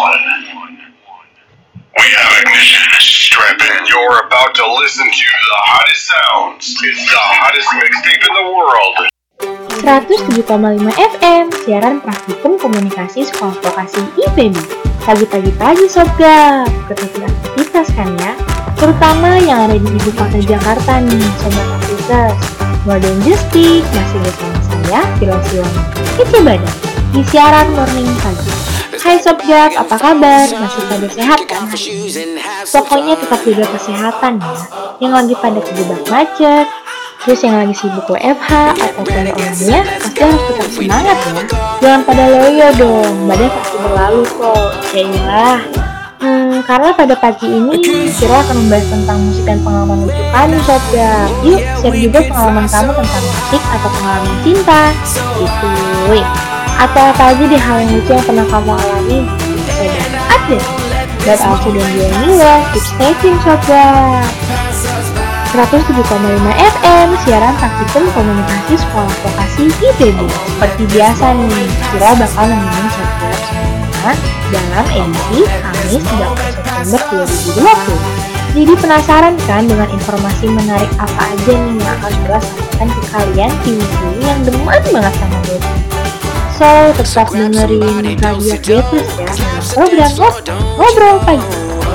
We have ignition. Strap in. You're about to listen to the hottest sounds. It's the hottest mixtape in the world. 107,5 FM, siaran praktikum komunikasi sekolah vokasi IPB. Pagi-pagi Sobat, ketemu aktivitas kan ya? Terutama yang ada di ibu kota Jakarta nih, Sobat Aktivitas. More than just speak, masih bersama saya, Vira Siwana. Itu badan di siaran morning pagi. Hai Sobat, apa kabar? Masih pada sehat kan? Pokoknya tetap jaga kesehatan ya. Yang lagi pada terjebak macet, terus yang lagi sibuk WFH atau orangnya pasti harus tetap semangat ya. Jangan pada loyo dong, badai pasti berlalu kok. Yaelah. Karena pada pagi ini Vira akan membahas tentang musik dan pengalaman lucu kamu Sobat. Yuk, share juga pengalaman kamu tentang musik atau pengalaman cinta gitu. Atau apa aja deh hal yang lucu yang pernah kamu alami. Sobat, update. But also don't do anywhere, keep stay tuned Sobat. 107,5 FM, siaran praktikum komunikasi sekolah vokasi IPB. Seperti biasa nih, Vira bakal nemenin Sobat semua dalam edisi Kamis 13 September 2020. Jadi penasaran kan dengan informasi menarik apa aja nih yang akan Vira sampaikan ke kalian di minggu yang demen banget sama gue. So, tetap dengerin Radio Beatus ya, program Ngobrol Pagi.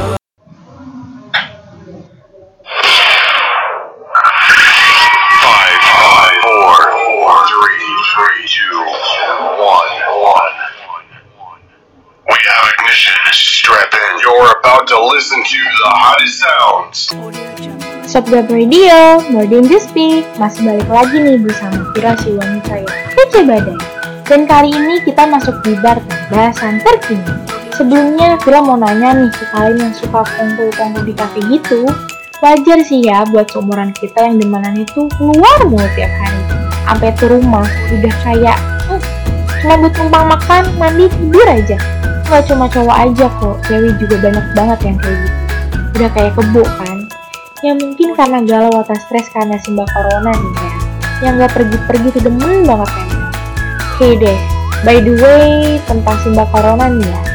We have ignition. Strap in. You're about to listen to the hottest sounds. Sobat Radio, more than just speak, masih balik lagi nih bersama Vira Siwana saya, Kece Badai. Dan kali ini kita masuk di bahasan terkini. Sebelumnya Vira mau nanya nih ke kalian yang suka kumpul-kumpul di kafe gitu. Wajar sih ya buat seumuran kita yang demenan itu keluar mulu tiap hari. Sampai ke rumah udah kayak cuma buat numpang makan, mandi, tidur aja. Gak cuma cowok aja kok, cewek juga banyak banget yang kayak gitu. Udah kayak kebo kan. Yang mungkin karena galau atau stres karena simbah corona nih ya. Yang gak pergi-pergi tuh demen banget kan. Oke deh, by the way tentang simbah corona nih ya.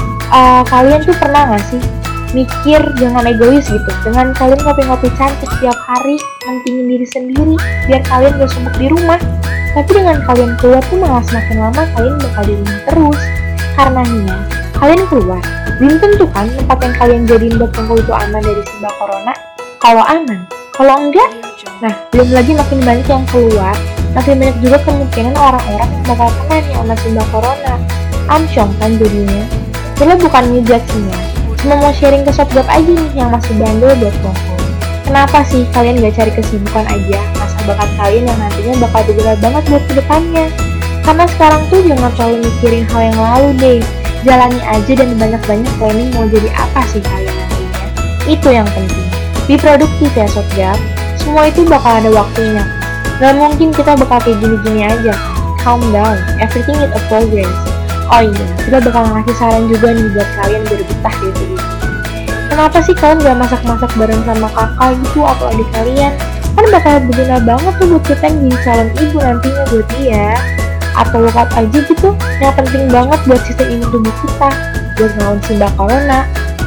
Kalian tuh pernah gak sih mikir jangan egois gitu, dengan kalian ngopi-ngopi cantik tiap hari, mentingin diri sendiri biar kalian gak sibuk di rumah. Tapi dengan kalian keluar tuh malah semakin lama kalian bakal di rumah terus. Karena nih ya, kalian keluar, belum tentu kan tempat yang kalian jadiin buat kumpul itu aman dari simbah corona. Kalau aman, kalau enggak, nah belum lagi makin banyak yang keluar, makin banyak juga kemungkinan orang-orang yang bakal kena nih sama simbah corona. Amsyong kan jadinya. Jadi bukan ngejudge-nya, cuma mau sharing ke Sobat aja nih yang masih bandel buat kumpul. Kenapa sih kalian gak cari kesibukan aja masa bakat kalian yang nantinya bakal berguna banget buat kedepannya? Karena sekarang tuh jangan terlalu mikirin hal yang lalu deh. Jalani aja dan banyak-banyak planning mau jadi apa sih kalian nantinya. Itu yang penting. Be produktif ya Sobat. Semua itu bakal ada waktunya. Gak mungkin kita bakal kayak gini-gini aja. Calm down. Everything is a progress. Oh iya, kita bakal ngasih saran juga nih buat kalian biar betah di sini. Kenapa sih kalian gak masak-masak bareng sama kakak gitu atau adik kalian? Kan bakal berguna banget tuh buat kita yang jadi calon ibu nantinya buat dia. Atau workout aja gitu, yang penting banget buat sistem imun tubuh kita, buat ngelawan simbah corona.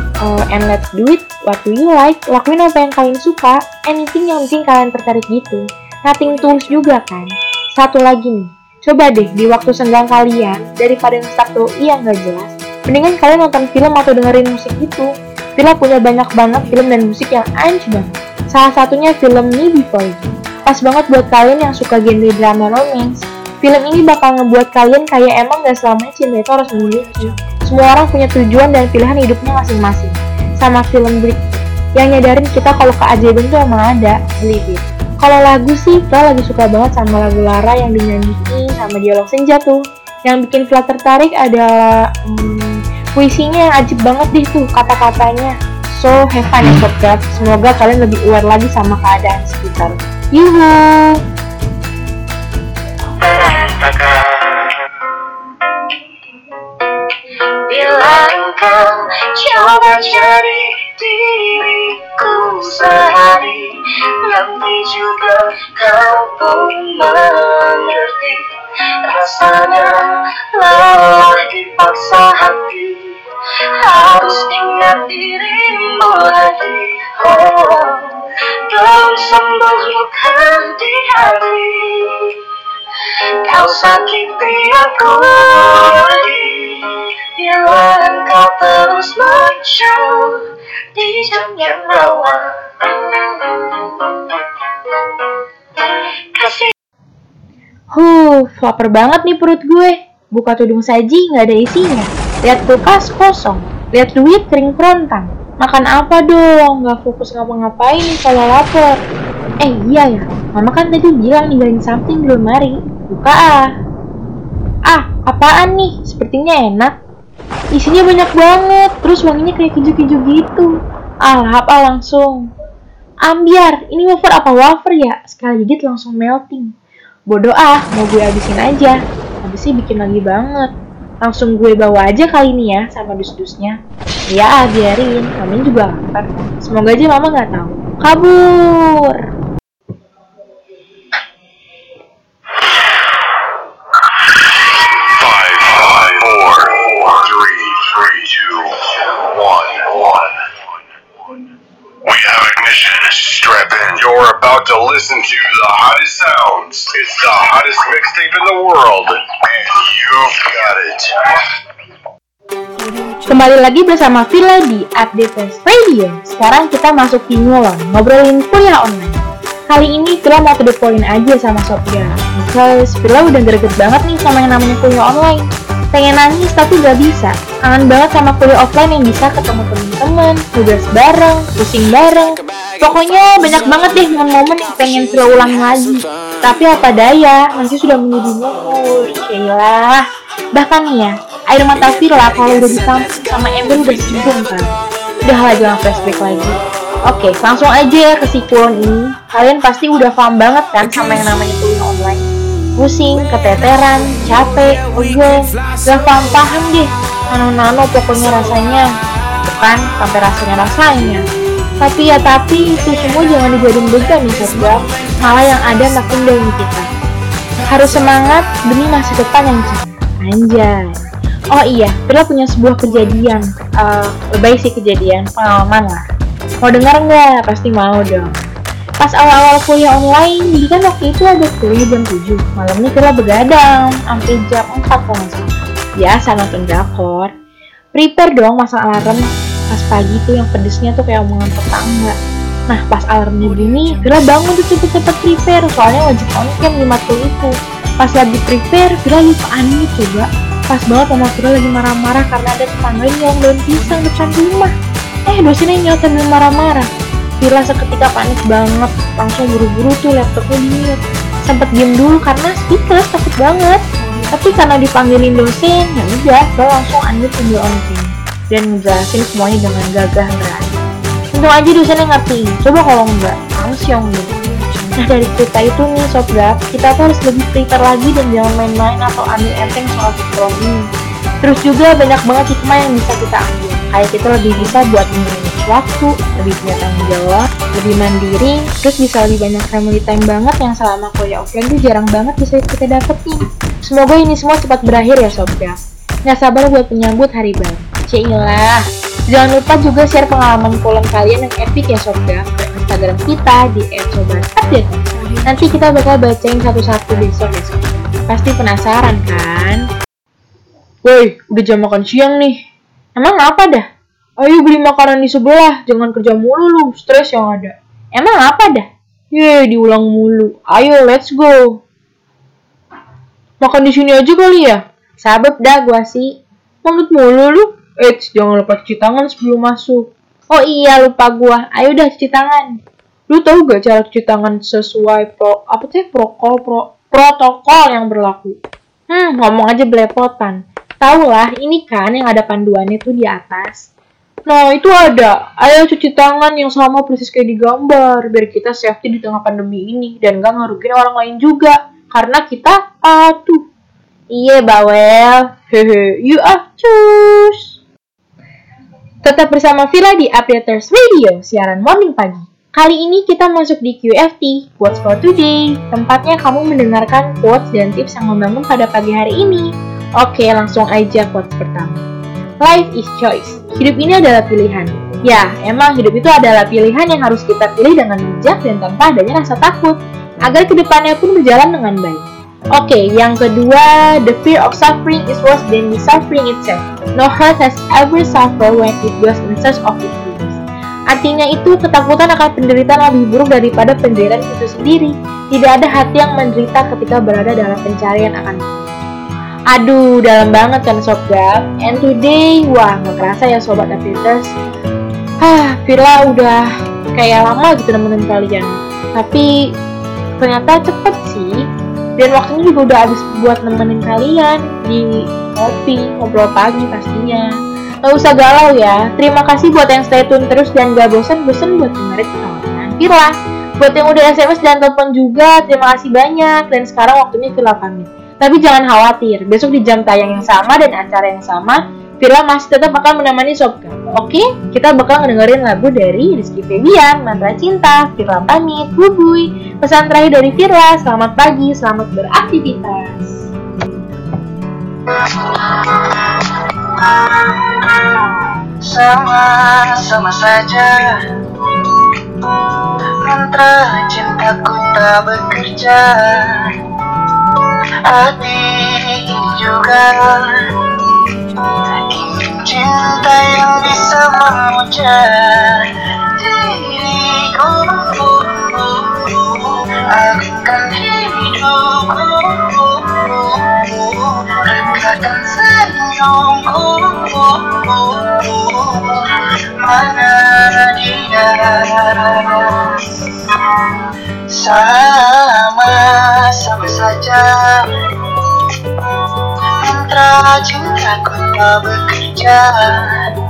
And let's do it, what do you like, lakuin apa yang kalian suka, anything yang mungkin kalian tertarik gitu. Nothing tulus juga kan. Satu lagi nih, coba deh di waktu senggang kalian, daripada nge-stuck doi yang gak jelas, mendingan kalian nonton film atau dengerin musik gitu. Vira punya banyak banget film dan musik yang anj banget. Salah satunya film Me Before You. Pas banget buat kalian yang suka genre drama romance. Film ini bakal ngebuat kalian kayak emang gak selamanya cinta itu harus memiliki. Semua orang punya tujuan dan pilihan hidupnya masing-masing. Sama film Brick, yang nyadarin kita kalau keajaiban tuh emang ada, believe it. Kalau lagu sih, Vira lagi suka banget sama lagu Lara yang dinyanyiin sama dialog senja tuh. Yang bikin Vira tertarik adalah puisinya yang ajib banget deh tuh kata-katanya. So, have fun ya Sobat. Semoga kalian lebih aware lagi sama keadaan sekitar. Yuhu! Bila engkau coba jadi diriku sehari, nanti juga kau pun mengerti. Rasanya lelah dipaksa hati harus ingat dirimu lagi. Belum sembuh luka di hati, kau sakiti aku lagi. Bila engkau terus muncul di jam yang rawan. Lapar banget nih perut gue. Buka tudung saji nggak ada isinya. Lihat kulkas kosong. Lihat duit kering kerontang. Makan apa dong? Nggak fokus ngapa-ngapain nih kalau lapar. Iya ya, mama kan tadi bilang ninggalin something di lemari. Buka apaan nih? Sepertinya enak. Isinya banyak banget, terus wanginya kayak keju-keju gitu. Lahap langsung. Ambiar, ini wafer apa wafer ya? Sekali gigit langsung melting. Bodoh mau gue habisin aja. Habisnya bikin lagi banget. Langsung gue bawa aja kali ini ya sama dus-dusnya. Ya biarin, kami juga lapar. Semoga aja mama gak tahu. Kabur. We have ignition. Strap in. You're about to listen to the hottest sounds. It's the hottest mixtape in the world, and you've got it. Kembali lagi bersama Villa di Updaters Radio. Sekarang kita masuk di Ngulon, ngobrolin kuliah online. Kali ini Villa mau to the point aja sama Sophia, because Villa udah greget banget nih sama yang namanya kuliah online. Pengen nangis tapi gak bisa. Kangen banget sama kuliah offline yang bisa ketemu temen-temen, tugas bareng, pusing bareng. Pokoknya banyak banget deh momen-momen yang pengen Villa ulang lagi. Tapi apa daya, nanti sudah menjadi nyukur. Yaelah. Bahkan nih ya, air mata Villa kalau udah ditampung sama ember udah sejum kan. Udah lah, jangan flashback lagi. Oke, langsung aja ya ke si kulon ini. Kalian pasti udah paham banget kan sama yang namanya kuliah online. Pusing, keteteran, capek, pegel, gak paham deh. Nano-nano pokoknya rasanya. Bukan, sampai rasanya. Tapi itu semua jangan dijadiin beban nih sobat. Malah yang ada makin down kita. Harus semangat demi masa depan yang cerah. Anjay. Oh iya, Villa punya sebuah kejadian. Lebih sih kejadian, pengalaman lah. Mau dengar nggak? Pasti mau dong. Pas awal-awal kuliah online, jadi kan waktu itu ada kuliah jam 7. Malamnya Villa begadang, sampai jam 4 kalau nggak salah. Biasa nonton drakor. Prepare dong masang alarm. Pas pagi tuh yang pedesnya tuh kayak omongan tetangga. Nah pas alarmnya bunyi, Villa bangun tuh cepet-cepet prepare. Soalnya wajib on cam 50 itu. Pas lagi prepare, Villa lupaan nih coba. Pas banget sama Villa lagi marah-marah karena ada tetangga yang daun pisang depan rumah. Dosennya nyota sambil marah-marah. Villa seketika panik banget, langsung buru-buru tuh laptopnya di-mute. Sempet diem dulu karena speechless, takut banget. Tapi karena dipanggilin dosen, ya udah, Villa langsung unmute sambil on cam dan ngejelasin semuanya dengan gagah berani. Untung aja dosennya ngerti. Coba kalau enggak, langsung gitu. Nah dari cerita itu nih sobat, kita tuh harus lebih prepare lagi dan jangan main-main atau ambil enteng soal psikologi. Terus juga banyak banget hikmah yang bisa kita ambil. Kayak kita lebih bisa buat manage waktu, lebih punya tanggung jawab, lebih mandiri, terus bisa lebih banyak family time banget yang selama kuliah offline tuh jarang banget bisa kita dapetin. Semoga ini semua cepat berakhir ya sobat. Nggak sabar buat menyambut hari baru. Cailah. Jangan lupa juga share pengalaman kuliah kalian yang epic ya sobat ke Instagram kita di @sobatupdate. Nanti kita bakal bacain satu-satu besok ya sobat. Pasti penasaran kan? Woi, udah jam makan siang nih. Emang apa dah? Ayo beli makanan di sebelah, jangan kerja mulu lu, stres yang ada. Emang apa dah? Diulang mulu. Ayo, let's go. Makan di sini aja kali ya? Sabep dah gua sih. Manut mulu lu. Jangan lupa cuci tangan sebelum masuk. Oh iya, lupa gua. Ayo dah cuci tangan. Lu tahu gak cara cuci tangan sesuai protokol yang berlaku? Ngomong aja belepotan. Tahulah, ini kan yang ada panduannya tuh di atas. Nah, itu ada. Ayo cuci tangan yang sama persis kayak di gambar, biar kita safety di tengah pandemi ini dan gak ngerugiin orang lain juga. Karena kita Iya, bawel. You cus. Tetap bersama Villa di Updaters Radio, siaran morning pagi. Kali ini kita masuk di QFT, Quotes for Today. Tempatnya kamu mendengarkan quotes dan tips yang membangun pada pagi hari ini. Oke, langsung aja quotes pertama. Life is choice. Hidup ini adalah pilihan. Ya, emang hidup itu adalah pilihan yang harus kita pilih dengan bijak dan tanpa adanya rasa takut, agar kedepannya pun berjalan dengan baik. Oke, yang kedua, the fear of suffering is worse than the suffering itself. No heart has ever suffered when it goes in search of its dreams. Artinya itu, ketakutan akan penderitaan lebih buruk daripada penderitaan itu sendiri. Tidak ada hati yang menderita ketika berada dalam pencarian akan itu. Aduh, dalam banget kan Sob Gap. And today, wah gak kerasa ya Sobat Updaters. Firla udah kayak lama gitu nemenin kalian. Tapi ternyata cepet sih. Dan waktunya juga udah habis buat nemenin kalian di ngobrol pagi pastinya. Gak usah galau ya. Terima kasih buat yang stay tune terus dan gak bosan-bosan buat dengerin pengalaman Firla. Buat yang udah SMS dan telepon juga, terima kasih banyak. Dan sekarang waktunya Firla pamit. Tapi jangan khawatir, besok di jam tayang yang sama dan acara yang sama, Firla masih tetap akan menemani Sob Gap. Oke, kita bakal ngedengerin lagu dari Rizky Febian, Mantra Cinta. Firla pamit, bubuy. Pesan terakhir dari Firla, selamat pagi, selamat beraktivitas. Sama-sama saja, mantra cintaku tak bekerja. Hati ini juga ingin cinta yang bisa memuja diriku, akan hidupku, rekatkan senyumku. Mana dia? Sama-sama saja, mantra cintaku tak bekerja.